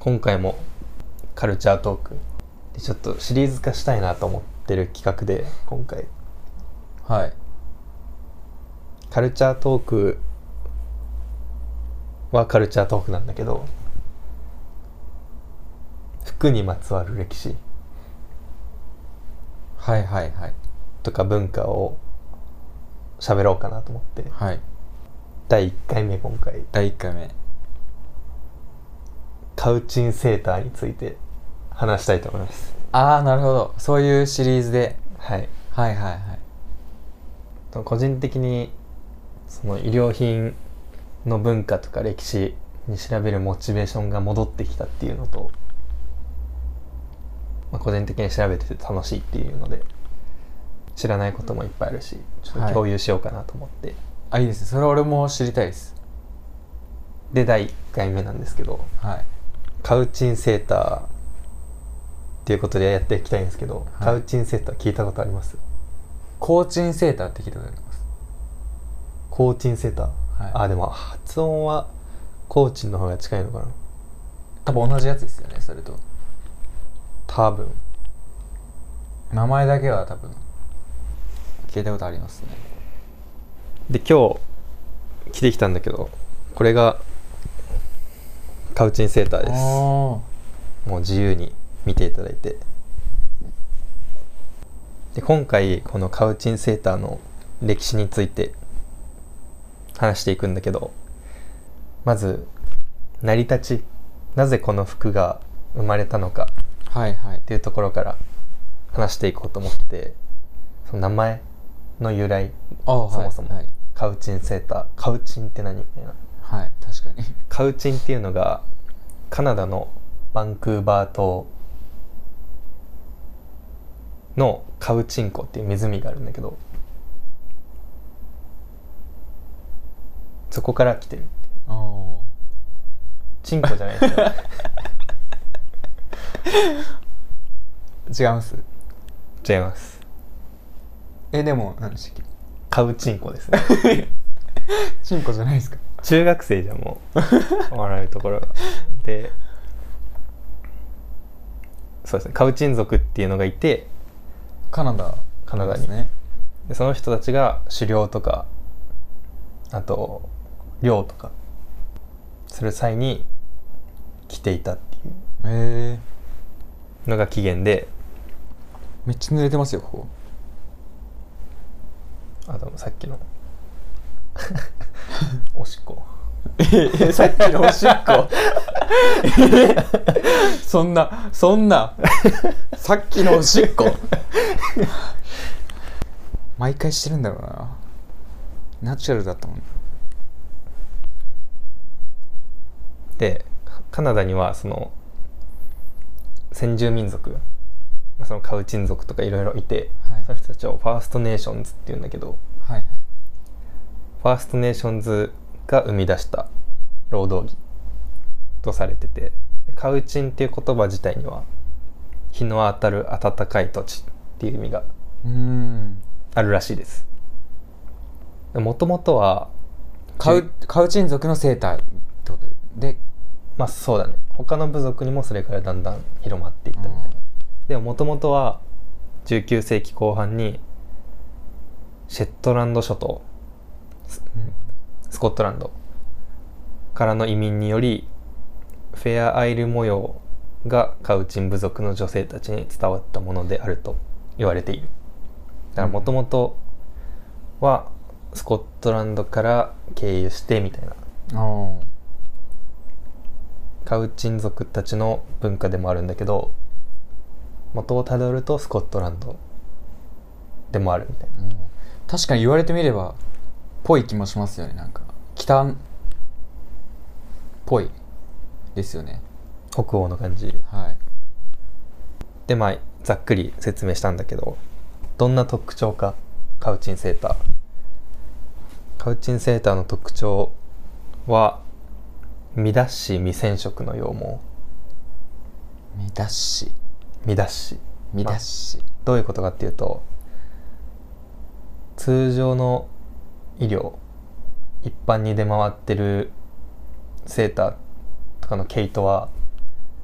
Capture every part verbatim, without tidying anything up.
今回もカルチャートークでちょっとシリーズ化したいなと思ってる企画で、今回はいカルチャートークはカルチャートークなんだけど、服にまつわる歴史はいはいはいとか文化を喋ろうかなと思って、 はいだいいっかいめ今回だいいっかいめカウチンセーターについて話したいと思います。 ああなるほど、そういうシリーズで、 はい、 はいはいはい個人的にその衣料品の文化とか歴史に調べるモチベーションが戻ってきたっていうのと、まあ、個人的に調べてて楽しいっていうので、知らないこともいっぱいあるし、ちょっと共有しようかなと思って、はい、 あいいですね、それ俺も知りたいです。 でだいいっかいめなんですけど、 はい、 カウチンセーターっていうことでやっていきたいんですけど、はい、カウチンセーター聞いたことあります？ コーチンセーターって聞いたことあります。 コーチンセーター、はい、あでも発音はコーチンの方が近いのかな。 多分同じやつですよね、それと。 多分名前だけは多分聞いたことありますね。 で今日着てきたんだけど、これがカウチンセーターです。もう自由に見ていただいて、で今回このカウチンセーターの歴史について話していくんだけど、まず成り立ち、なぜこの服が生まれたのかっていうところから話していこうと思って、その名前の由来、そもそも、はい、カウチンセーター、カウチンって何みたいな。 はい、確かにカウチンっていうのがカナダのバンクーバー島のカウチン湖っていう湖があるんだけど、そこから来てるっていう。あチンコじゃないですか違います？ 違います。 えでも何でしたっけ？ カウチンコですねチンコじゃないですか？ 中学生じゃんもう笑うところがで、そうですね、カウチン族っていうのがいて、 カナダカナダに、ね、でその人たちが狩猟とかあと漁とかする際に着ていたっていうのが起源で、 めっちゃ濡れてますよここ。 あとさっきのおしっこえさっきのおしっこそんなそんなさっきのおしっこ毎回してるんだろうな。ナチュラルだったもん。 でカナダにはその先住民族、そのカウチン族とかいろいろいて、はい、その人たちをファーストネーションズっていうんだけど、はいはい、ファーストネーションズが生み出した労働着とされてて、カウチンっていう言葉自体には日の当たる暖かい土地っていう意味があるらしいです。もともとはカウ、カウチン族のセーターってことで、 まあそうだね、他の部族にもそれからだんだん広まっていったみたいな。でももともとはじゅうきゅうせいきこう半にシェットランド諸島、スコットランドからの移民によりフェアアイル模様がカウチン部族の女性たちに伝わったものであると言われている。だからもともとはスコットランドから経由してみたいな、カウチン族たちの文化でもあるんだけど、元をたどるとスコットランドでもあるみたいな、うん、 確かに言われてみればぽい気もしますよね。なんか北っぽいですよね、 北欧の感じ、はい、でまあざっくり説明したんだけど、どんな特徴か。カウチンセーターカウチンセーターの特徴はミダッシ未染色の羊毛。 ミダッシミダッシミダッシ、 まあ、どういうことかっていうと、通常の衣料、一般に出回ってるセーターとかの毛糸は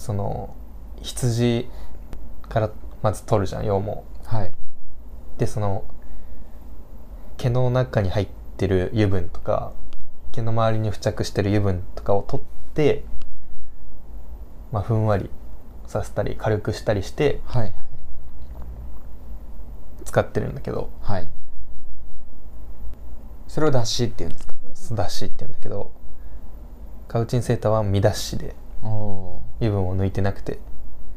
その羊からまず取るじゃん、羊毛。 はい。 でその毛の中に入ってる油分とか毛の周りに付着してる油分とかを取って、まあ、ふんわりさせたり軽くしたりしてはい使ってるんだけど、 はい。それを脱脂っていうんですか？ 脱脂って言うんだけど、カウチンセーターは未脱脂でお油分を抜いてなくて、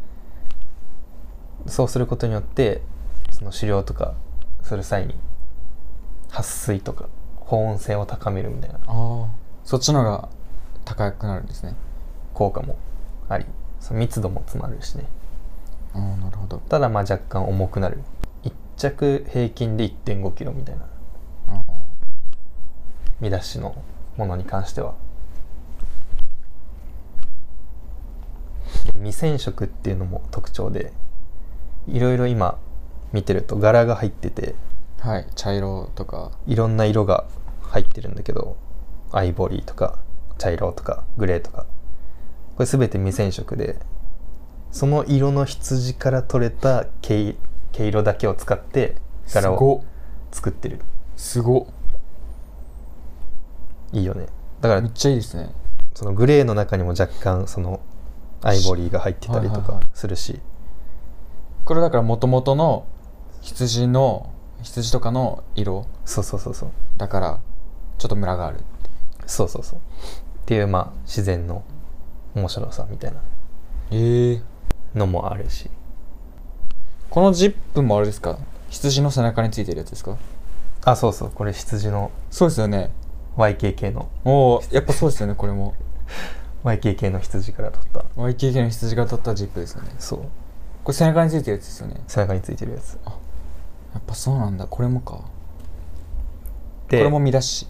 そうすることによってその狩猟とかする際に撥水とか保温性を高めるみたいなああ、そっちのが高くなるんですね。 効果もあり、その密度も詰まるしね。 ああ、なるほど。 ただまあ若干重くなる。いっ着平均で いってんごキロみたいな、 あ見出しのものに関しては。未染色っていうのも特徴で、いろいろ今見てると柄が入ってて、 はい、茶色とかいろんな色が入ってるんだけど、アイボリーとか茶色とかグレーとか、これ全て未染色で、その色の羊から取れた毛、毛色だけを使って柄を作ってる。 すごっ。 いいよね。だからめっちゃいいですね。 そのグレーの中にも若干そのアイボリーが入ってたりとかはいはいはいするし、 これだから元々の羊の羊とかの色そうそうそうそうだからちょっとムラがある。 そうそうそうっていう、まあ自然の面白さみたいなええのもあるし。 このジップもあれですか？羊の背中についてるやつですか？ あ、そうそう、これ羊のそうですよね。 ワイケーケー のおお、やっぱそうですよね。これもワイケーケー の羊から取った。 ワイケーケー の羊が取ったジップですよね。 そう、 これ背中についてるやつですよね。 背中についてるやつやっぱそうなんだ。これもか。こで、 れも見出し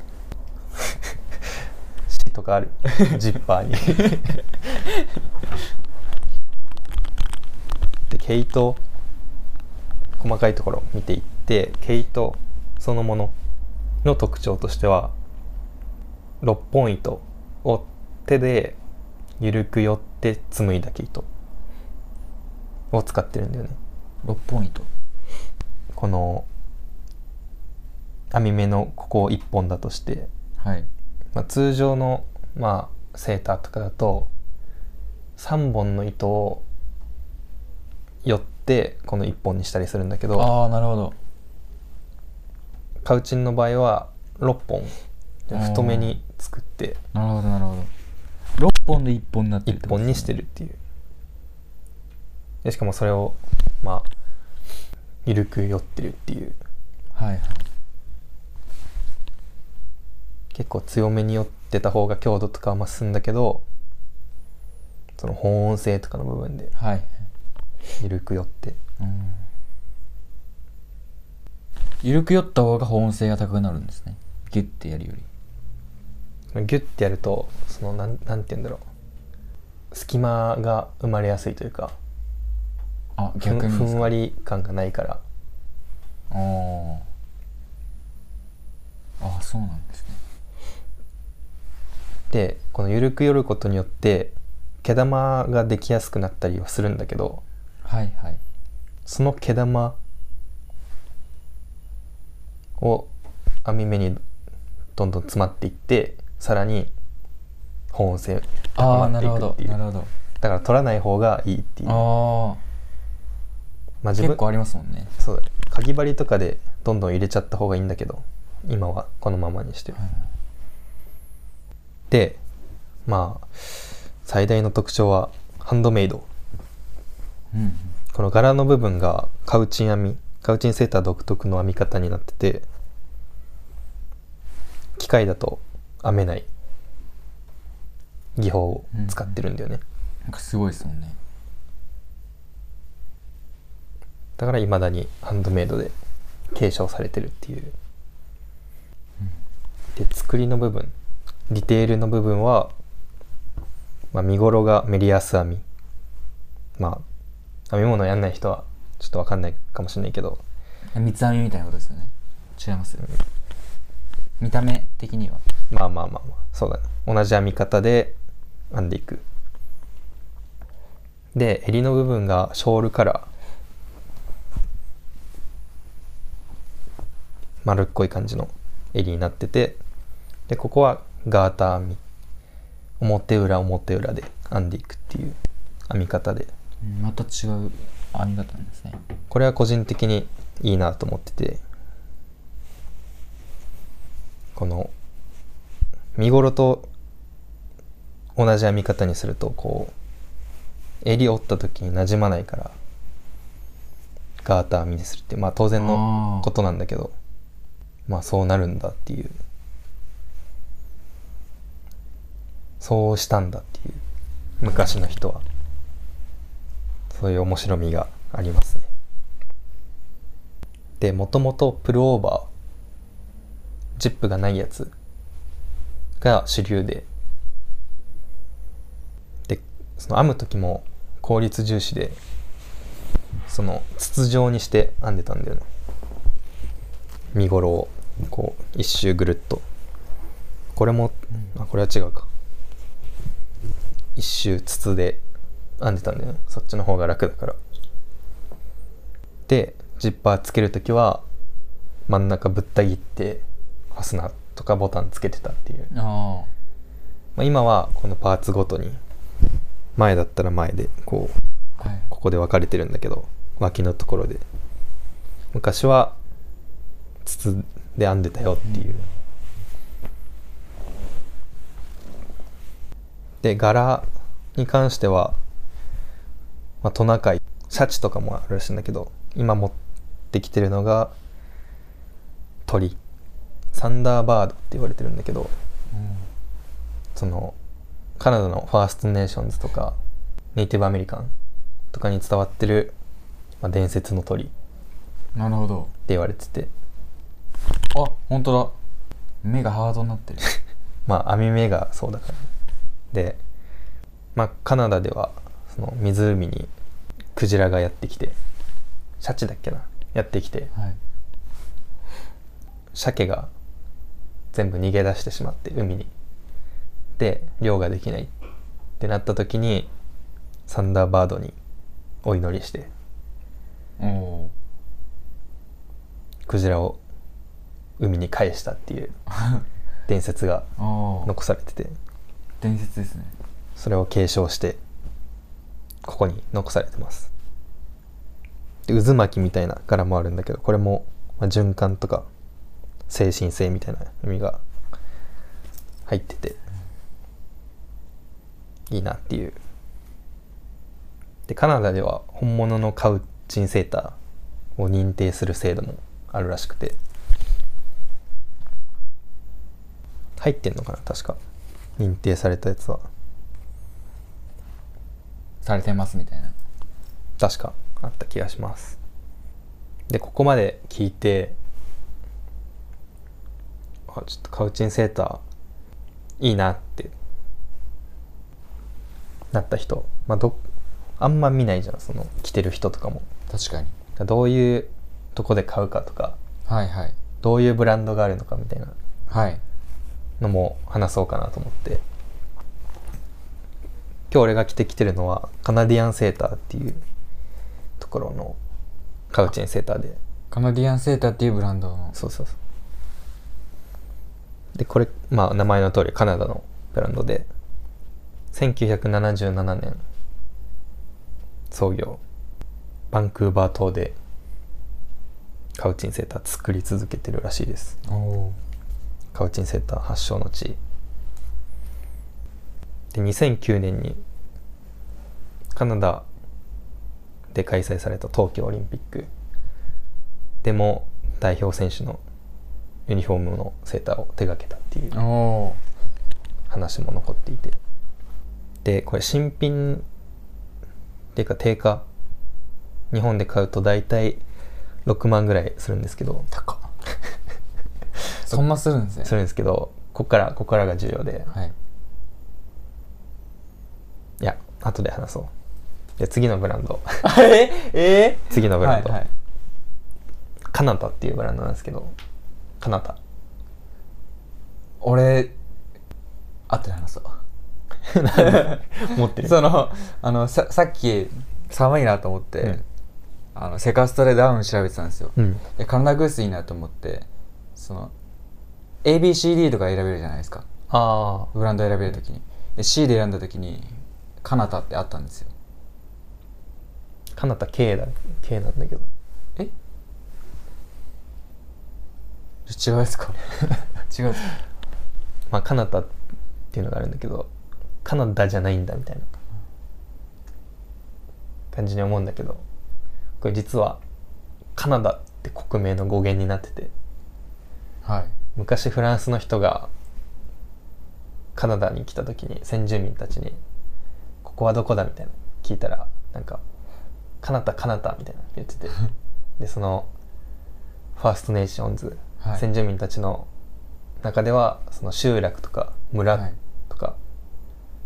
シとかあるジッパーにで毛糸、細かいところを見ていって、毛糸そのものの特徴としては、ろっぽん糸を手で緩く寄って紡いだ毛糸を使ってるんだよね。 ろっぽん糸。 この網目のここいっぽんだとして、 はい。 まあ、通常の、まあ、セーターとかだとさんぼんの糸を寄ってこのいっぽんにしたりするんだけど、 ああ、なるほど。 カウチンの場合はろっぽん太めに作ってなるほどなるほど。ろっぽんでいっぽんになっていっるってことですね。 ぽんにしてるっていう。でしかもそれをまあ緩く寄ってるっていう、 はいはい。 結構強めに寄ってた方が強度とかは増すんだけど、その保温性とかの部分ではい。 緩く寄って、 うん。緩く寄った方が保温性が高くなるんですね。ギュッてやるより。 ギュッてやるとそのなんなんて言うんだろう、隙間が生まれやすいというか、 あ、 ふん逆にふんわり感がないから。 あーあ、そうなんですね。 でこの緩く寄ることによって毛玉ができやすくなったりはするんだけど、 はいはい。 その毛玉を網目にどんどん詰まっていって、さらに保温性高ああ、 まっていなるほどくっていう。 なるほど。 だから取らない方がいいっていう。 ああ、 まあ自分結構ありますもんね。 そうだね、かぎ針とかでどんどん入れちゃった方がいいんだけど、今はこのままにしてる。 はいでまあ最大の特徴はハンドメイド。 うんうん。 この柄の部分がカウチン編み、カウチンセーター独特の編み方になってて、機械だと編めない技法を使ってるんだよね。 なんかすごいですもんね。 だから未だにハンドメイドで継承されてるっていう。で作りの部分、ディテールの部分は、まあ、見頃がメリヤス編み。まあ編み物やんない人はちょっと分かんないかもしれないけど、 三つ編みみたいなことですよね。違いますよね。見た目的には。 まあまあまあまあそうだね、同じ編み方で編んでいく。 で襟の部分がショールカラー、丸っこい感じの襟になってて、でここはガーター編み、表裏表裏で編んでいくっていう編み方で、 また違う編み方なんですね。 これは個人的にいいなと思ってて、この身ごろと同じ編み方にするとこう襟折った時になじまないからガーター編みにするって、まあ当然のことなんだけど、まあそうなるんだっていう、そうしたんだっていう、昔の人はそういう面白みがありますね。でもともとプルオーバー、ジップがないやつが主流で、でその編む時も効率重視で、その筒状にして編んでたんだよね。身ごろをこう一周ぐるっと、これも、あこれは違うか、一周筒で編んでたんだよね。そっちの方が楽だから。でジッパーつけるときは真ん中ぶった切ってファスナーとかボタンつけてたっていう。 あ、 まあ、今はこのパーツごとに、前だったら前でこう、はい、ここで分かれてるんだけど、脇のところで、昔は筒で編んでたよっていう、うん、で柄に関しては、まあ、トナカイ、シャチとかもあるらしいんだけど、今持ってきてるのが鳥、サンダーバードって言われてるんだけど、うん、そのカナダのファーストネーションズとかネイティブアメリカンとかに伝わってる、まあ、伝説の鳥、 なるほどって言われてて、 あ、本当だ、目がハードになってるまあ網目がそうだから、ね、で、まあ、カナダではその湖にクジラがやってきて、シャチだっけな、やってきて、はい、鮭が全部逃げ出してしまって海に、で漁ができないってなった時にサンダーバードにお祈りして、おクジラを海に返したっていう伝説が残されてて伝説ですね。 それを継承してここに残されてます。で渦巻きみたいな柄もあるんだけど、これも、まあ、循環とか精神性みたいな意味が入ってていいなっていう。でカナダでは本物のカウチンセーターを認定する制度もあるらしくて、入ってんのかな、確か認定されたやつはされてますみたいな、 確かあった気がします。でここまで聞いて、あちょっとカウチンセーターいいなってなった人、まあ、どあんま見ないじゃん、その着てる人とかも。 確かに。 どういうとこで買うかとか、 はいはい、 どういうブランドがあるのかみたいなのも話そうかなと思って、今日俺が着てきてるのはカナディアンセーターっていうところのカウチンセーターで、 カナディアンセーターっていうブランドの、 そうそうそう。でこれまあ名前の通りカナダのブランドでせんきゅうひゃくななじゅうななねん創業、バンクーバー島でカウチンセーター作り続けてるらしいです。おカウチンセーター発祥の地で、にせんきゅうねんにカナダで開催された冬季オリンピックでも代表選手のユニフォームのセーターを手掛けたっていう話も残っていて、でこれ新品っていうか定価、日本で買うと大体ろくまんぐらいするんですけど、 高っそんなするんですね。 するんですけど、ここからここからが重要で、はい、いや後で話そう。で次のブランドええー、 次のブランド、はいはい、カナダっていうブランドなんですけど、カナダ、 俺後で話そう持ってる。 そのあの さ, さっき寒いなと思って、うん、あのセカストでダウン調べてたんですよ、うん、でカナダグースいいなと思ってその エービーシーディー とか選べるじゃないですか。 あブランド選べるときにで C で選んだときにカナタってあったんですよ。 カナタ K だ K なんだけど。 え違うですか違うですか。 まあカナタっていうのがあるんだけどカナダじゃないんだみたいな感じに思うんだけど、これ実はカナダって国名の語源になってて、 はい、 昔フランスの人がカナダに来た時に先住民たちにここはどこだみたいな聞いたらなんかカナタカナタみたいな言っててでそのファーストネーションズ、はい、先住民たちの中ではその集落とか村とか、はい、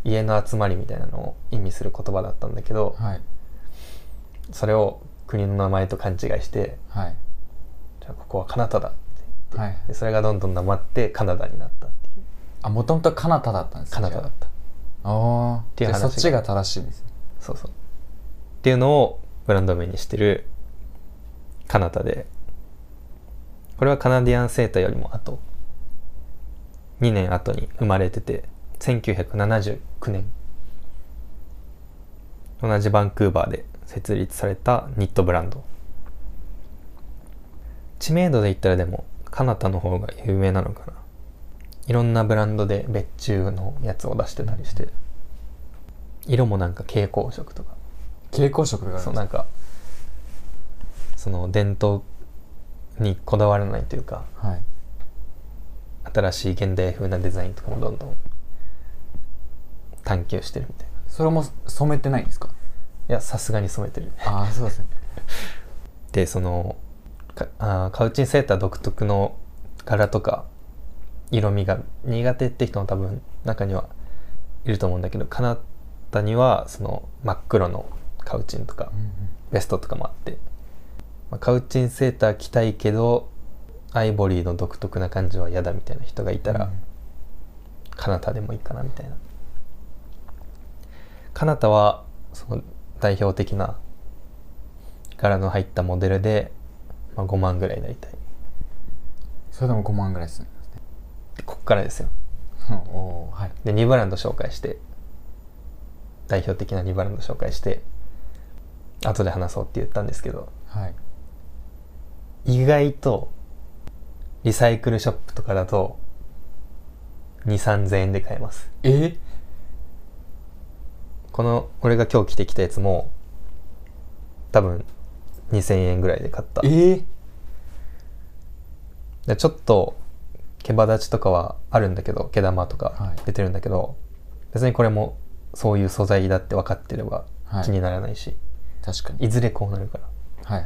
家の集まりみたいなのを意味する言葉だったんだけど、はい、それを国の名前と勘違いして、はい、じゃあここはカナダだって言って、はい、でそれがどんどんなまってカナダになったっていう。 あ、もともとカナダだったんですか。 カナダだった。 ああ、っていう話がそっちが正しいです。 そうそうっていうのをブランド名にしてるカナダで、これはカナディアンセーターよりも後にねん後に生まれてて、せんきゅうひゃくななじゅうきゅうねん同じバンクーバーで設立されたニットブランド。知名度で言ったらでもカナタの方が有名なのかな。いろんなブランドで別注のやつを出してたりして、色もなんか蛍光色とか蛍光色があるんですか。 そうなんかその伝統にこだわらないというか、はい、新しい現代風なデザインとかもどんどん探求してるみたいな。 それも染めてないんですか。 いやさすがに染めてる。 ああそうですね。 でそのかあカウチンセーター独特の柄とか色味が苦手って人も多分中にはいると思うんだけど、カナダにはその真っ黒のカウチンとか、うんうん、ベストとかもあって、まあ、カウチンセーター着たいけどアイボリーの独特な感じは嫌だみたいな人がいたら、うん、カナダでもいいかなみたいな。カナダはその代表的な柄の入ったモデルで、まあ、ごまんぐらい大体。 それでもごまんぐらいするんですね。 でこっからですよ。 お、はい、 でにブランド紹介して、代表的なにブランド紹介して後で話そうって言ったんですけど、はい、意外とリサイクルショップとかだとにせんさんぜんえんで買えます。 えこの俺が今日着てきたやつも多分にせんえんぐらいで買った。 えー、 でちょっと毛羽立ちとかはあるんだけど、毛玉とか出てるんだけど、はい、別にこれもそういう素材だって分かってれば気にならないし、はい、 確かにいずれこうなるから。 はいはい。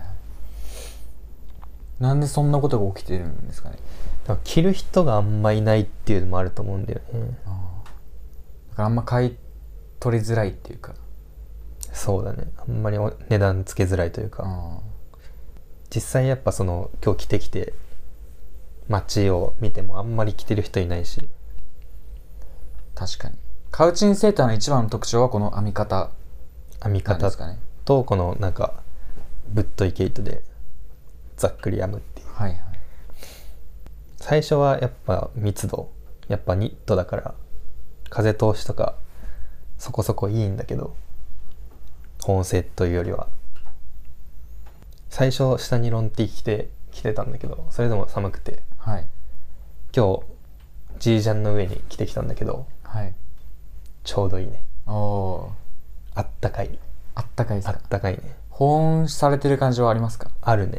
なんでそんなことが起きてるんですかね。 だから着る人があんまいないっていうのもあると思うんだよね。 あだからあんま買い取りづらいっていうか。 そうだね、あんまり値段つけづらいというか、あ実際やっぱその今日着てきて街を見てもあんまり着てる人いないし。 確かにカウチンセーターの一番の特徴はこの編み方編み方とこのなんかぶっとい毛糸でざっくり編むっていう、はいはい、最初はやっぱ密度やっぱニットだから風通しとかそこそこいいんだけど、保温性というよりは最初下にロンティー着て着てたんだけど、それでも寒くて、はい、今日ジージャンの上に着てきたんだけど、はい、ちょうどいいね。おあったかい。 あったかいですか。 あったかいね。 保温されてる感じはありますか。 あるね。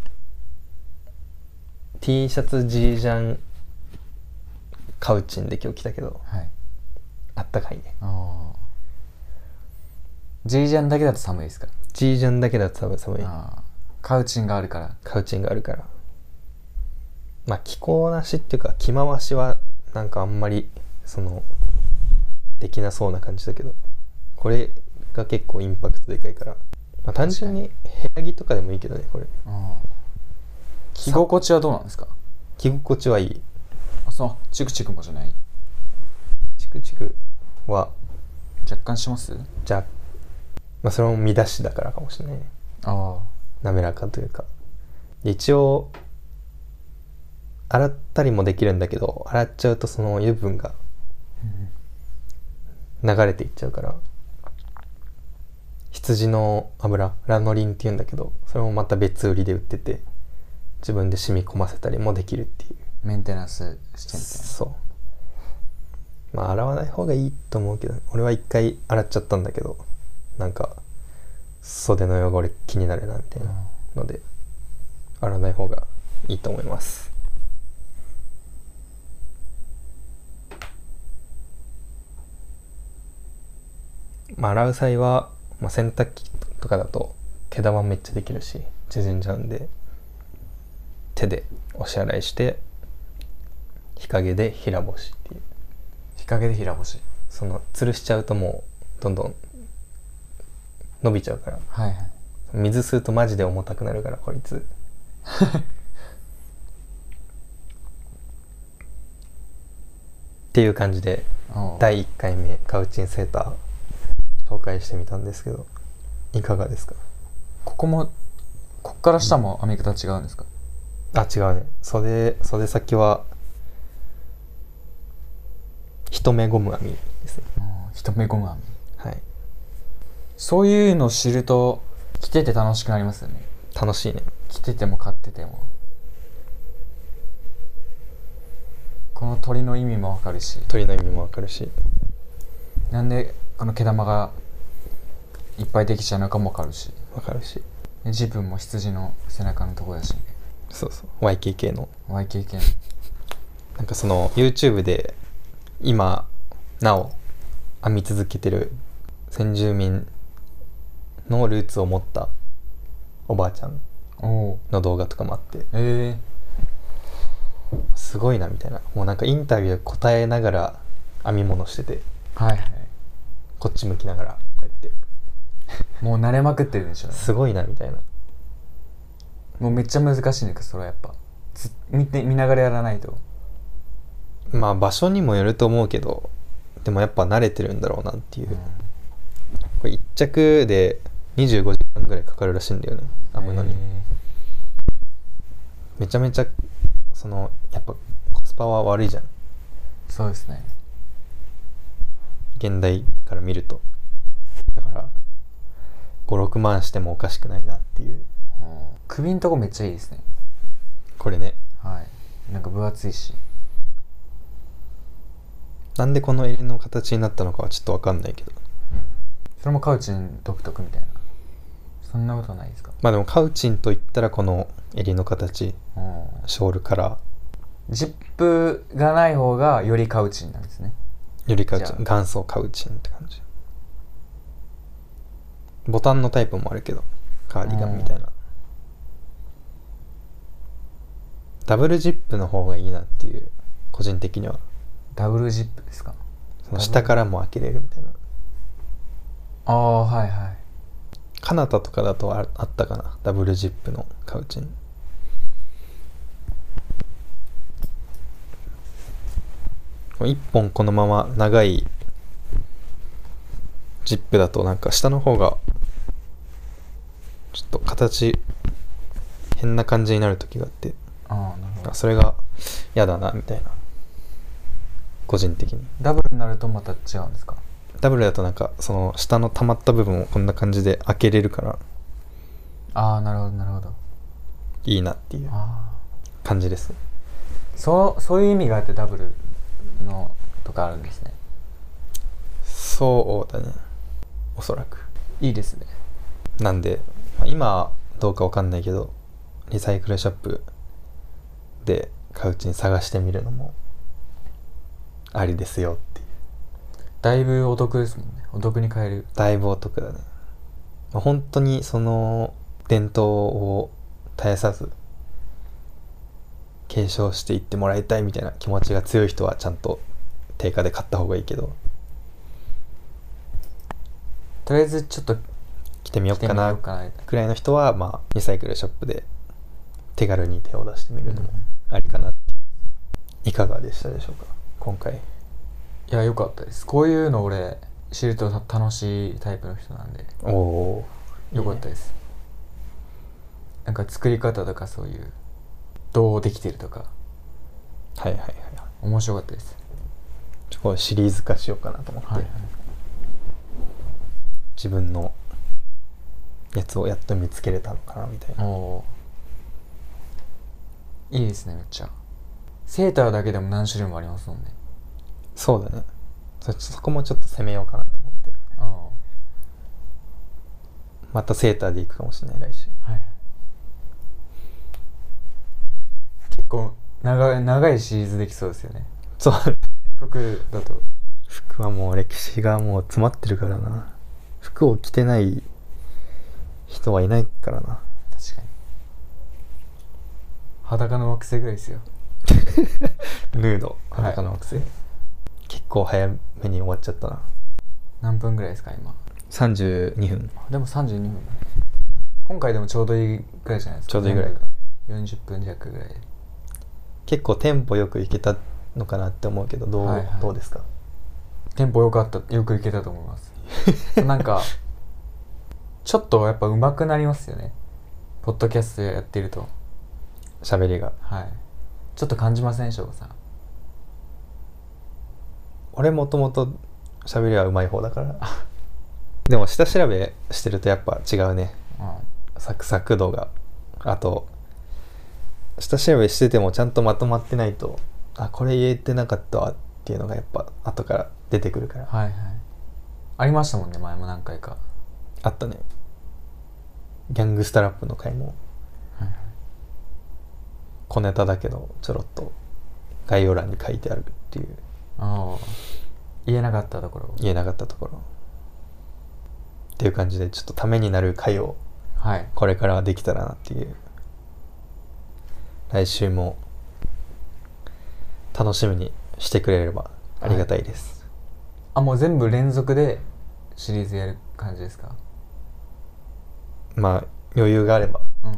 T シャツジージャンカウチンで今日着たけど、はい、あったかいね。あジージャンだけだと寒いですか。 ジージャンだけだと多分寒い。 あカウチンがあるから。 カウチンがあるから。まあ着こなしっていうか着回しはなんかあんまりそのできなそうな感じだけど、これが結構インパクトでかいから、まあ、単純に部屋着とかでもいいけどねこれ。あ着心地はどうなんですか。 着心地はいい。 あそうチクチクもじゃない。 チクチクは若干します？ じゃあ、まあ、それも見出しだからかもしれないね。 ああ、 滑らかというか。一応洗ったりもできるんだけど、洗っちゃうとその油分が流れていっちゃうから、羊の油、ラノリンっていうんだけど、それもまた別売りで売ってて、自分で染み込ませたりもできるっていう。 メンテナンスしてみたいな。 そう。まあ洗わない方がいいと思うけど、俺は一回洗っちゃったんだけど、なんか袖の汚れ気になるなみたいなので、洗わない方がいいと思います。まあ、洗う際は、まあ、洗濯機とかだと毛玉めっちゃできるし縮んじゃうんで、手で押し洗いして日陰で平干しっていう。 日陰で平干し。 その吊るしちゃうともうどんどん伸びちゃうから、 はいはい、 水吸うとマジで重たくなるからこいつっていう感じでだいいっかいめカウチンセーター紹介してみたんですけど、いかがですか？ ここもこっから下も編み方違うんですか？ あ、違うね。袖袖先は一目ゴム編みですね。 一目ゴム編み。 はい。 そういうのを知ると着てて楽しくなりますよね。 楽しいね。 着てても買ってても、この鳥の意味もわかるし、 鳥の意味もわかるし、 なんでこの毛玉がいっぱいできちゃうのかもわかるし、 わかるし、 自分も羊の背中のところだし、 そうそう、 ワイケーケー のワイケーケー のなんかその YouTube で今なお編み続けてる先住民のルーツを持ったおばあちゃんの動画とかもあって、 えー、すごいなみたいな。もうなんかインタビュー答えながら編み物してて、 はいはい、 こっち向きながらこうやってもう慣れまくってるでしょうね。 すごいなみたいな。 もうめっちゃ難しいんだけど、それはやっぱ見て見ながらやらないと。 まあ場所にもよると思うけど、でもやっぱ慣れてるんだろうなっていう、うん、これ一着でにじゅうごじかんぐらいかかるらしいんだよね、編むのに。めちゃめちゃそのやっぱコスパは悪いじゃん。 そうですね、 現代から見ると。だからごろくまんしてもおかしくないなっていう。 首んとこめっちゃいいですねこれね。 はい、なんか分厚いし。 なんでこの襟の形になったのかはちょっと分かんないけど、 それもカウチン独特みたいな、そんなことないですか？ まあでもカウチンといったらこの襟の形、ショールカラー。 ジップがない方がよりカウチンなんですね。 よりカウチン、元祖カウチンって感じ。ボタンのタイプもあるけど、カーディガンみたいな。ダブルジップの方がいいなっていう、個人的には。 ダブルジップですか？ その下からも開けれるみたいな。 ああ、はいはい。 カナタとかだと あ, あったかな、ダブルジップのカウチン。一本このまま長いジップだとなんか下の方がちょっと形変な感じになる時があって、 ああ、なるほど。 それが嫌だなみたいな、個人的に。 ダブルになるとまた違うんですか？ ダブルだとなんかその下の溜まった部分をこんな感じで開けれるから、 ああ、なるほどなるほど、 いいなっていう感じです。 そうそういう意味があってダブルのとかあるんですね。 そうだね、おそらく。 いいですね。 なんで、まあ、今どうかわかんないけど、リサイクルショップでカウチン探してみるのもありですよっていう。 だいぶお得ですもんね。お得に買える。 だいぶお得だね。まあ、本当にその伝統を絶やさず継承していってもらいたいみたいな気持ちが強い人はちゃんと定価で買った方がいいけど、 とりあえずちょっと着てみようかなくらいの人は、まあリサイクルショップで手軽に手を出してみるのもありかなって。いかがでしたでしょうか今回。 いや、良かったです。こういうの俺知ると楽しいタイプの人なんで、 おおよかったです。いいね。なんか作り方とかそういうどうできてるとか、 はいはいはい、 面白かったです。 ちょっとシリーズ化しようかなと思って、はいはい、自分のやつをやっと見つけれたのかなみたいな。おいいですね、めっちゃ。セーターだけでも何種類もありますもんね。 そうだね。 そ, そこもちょっと攻めようかなと思って。あまたセーターでいくかもしれない来週。はい、 結構長い長いシリーズできそうですよね。 そう服だと。 服はもう歴史がもう詰まってるからな。服を着てない人はいないからな。 確かに。裸の惑星ぐらいですよ。 ヌード裸の惑星、はい、結構早めに終わっちゃったな。 何分ぐらいですか今？ さんじゅうにふん。 でもさんじゅうにふん。今回でもちょうどいいぐらいじゃないですか。 ちょうどいいぐらいか。 よんじゅっぷん弱ぐらい。 結構テンポよくいけたのかなって思うけど、どう、はいはい、どうですか？ テンポよかった、よくいけたと思いますなんかちょっとやっぱ上手くなりますよね、ポッドキャストやってると。 喋りが、 はい、ちょっと感じません？翔吾さん。 俺もともと喋りは上手い方だからでも下調べしてるとやっぱ違うね、うん、サクサク度が。あと下調べしててもちゃんとまとまってないと、あこれ言えてなかったわっていうのがやっぱ後から出てくるから。 はいはい、ありましたもんね、前も何回か。 あったね。ギャングスタラップの回も、はいはい、小ネタだけどちょろっと概要欄に書いてあるっていう。 ああ、言えなかったところ言えなかったところっていう感じで、ちょっとためになる回をこれからできたらなっていう、はい、来週も楽しみにしてくれればありがたいです、はい、 あ、もう全部連続でシリーズやる感じですか？ まあ余裕があれば、うん、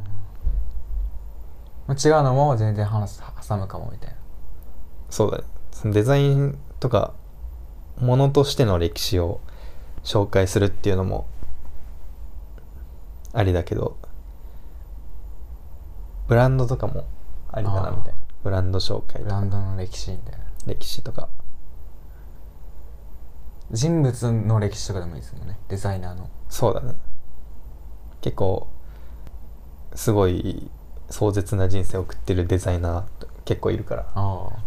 違うのも全然話す挟むかもみたいな。 そうだね。そのデザインとかものとしての歴史を紹介するっていうのもありだけど、ブランドとかもありだなみたいな。ブランド紹介とか、 ブランドの歴史みたいな。 歴史とか人物の歴史とかでもいいですもんね、デザイナーの。 そうだね。結構すごい壮絶な人生を送ってるデザイナー結構いるから。ああ。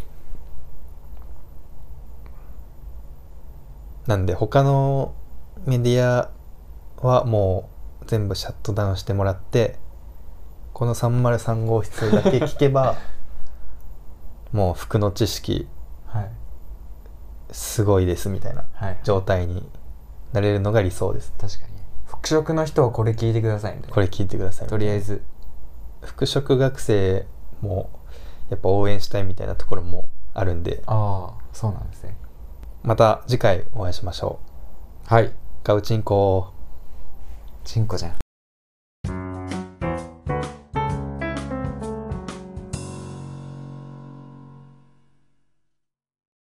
なんで他のメディアはもう全部シャットダウンしてもらって、このさんまるさん号室だけ聞けばもう服の知識すごいですみたいな状態になれるのが理想です。 確かに服飾の人はこれ聞いてくださいみたいな。 これ聞いてくださいみたいな。 とりあえず服飾学生もやっぱ応援したいみたいなところもあるんで。 ああ、そうなんですね。 また次回お会いしましょう。はい。 ガウチンコチンコじゃん。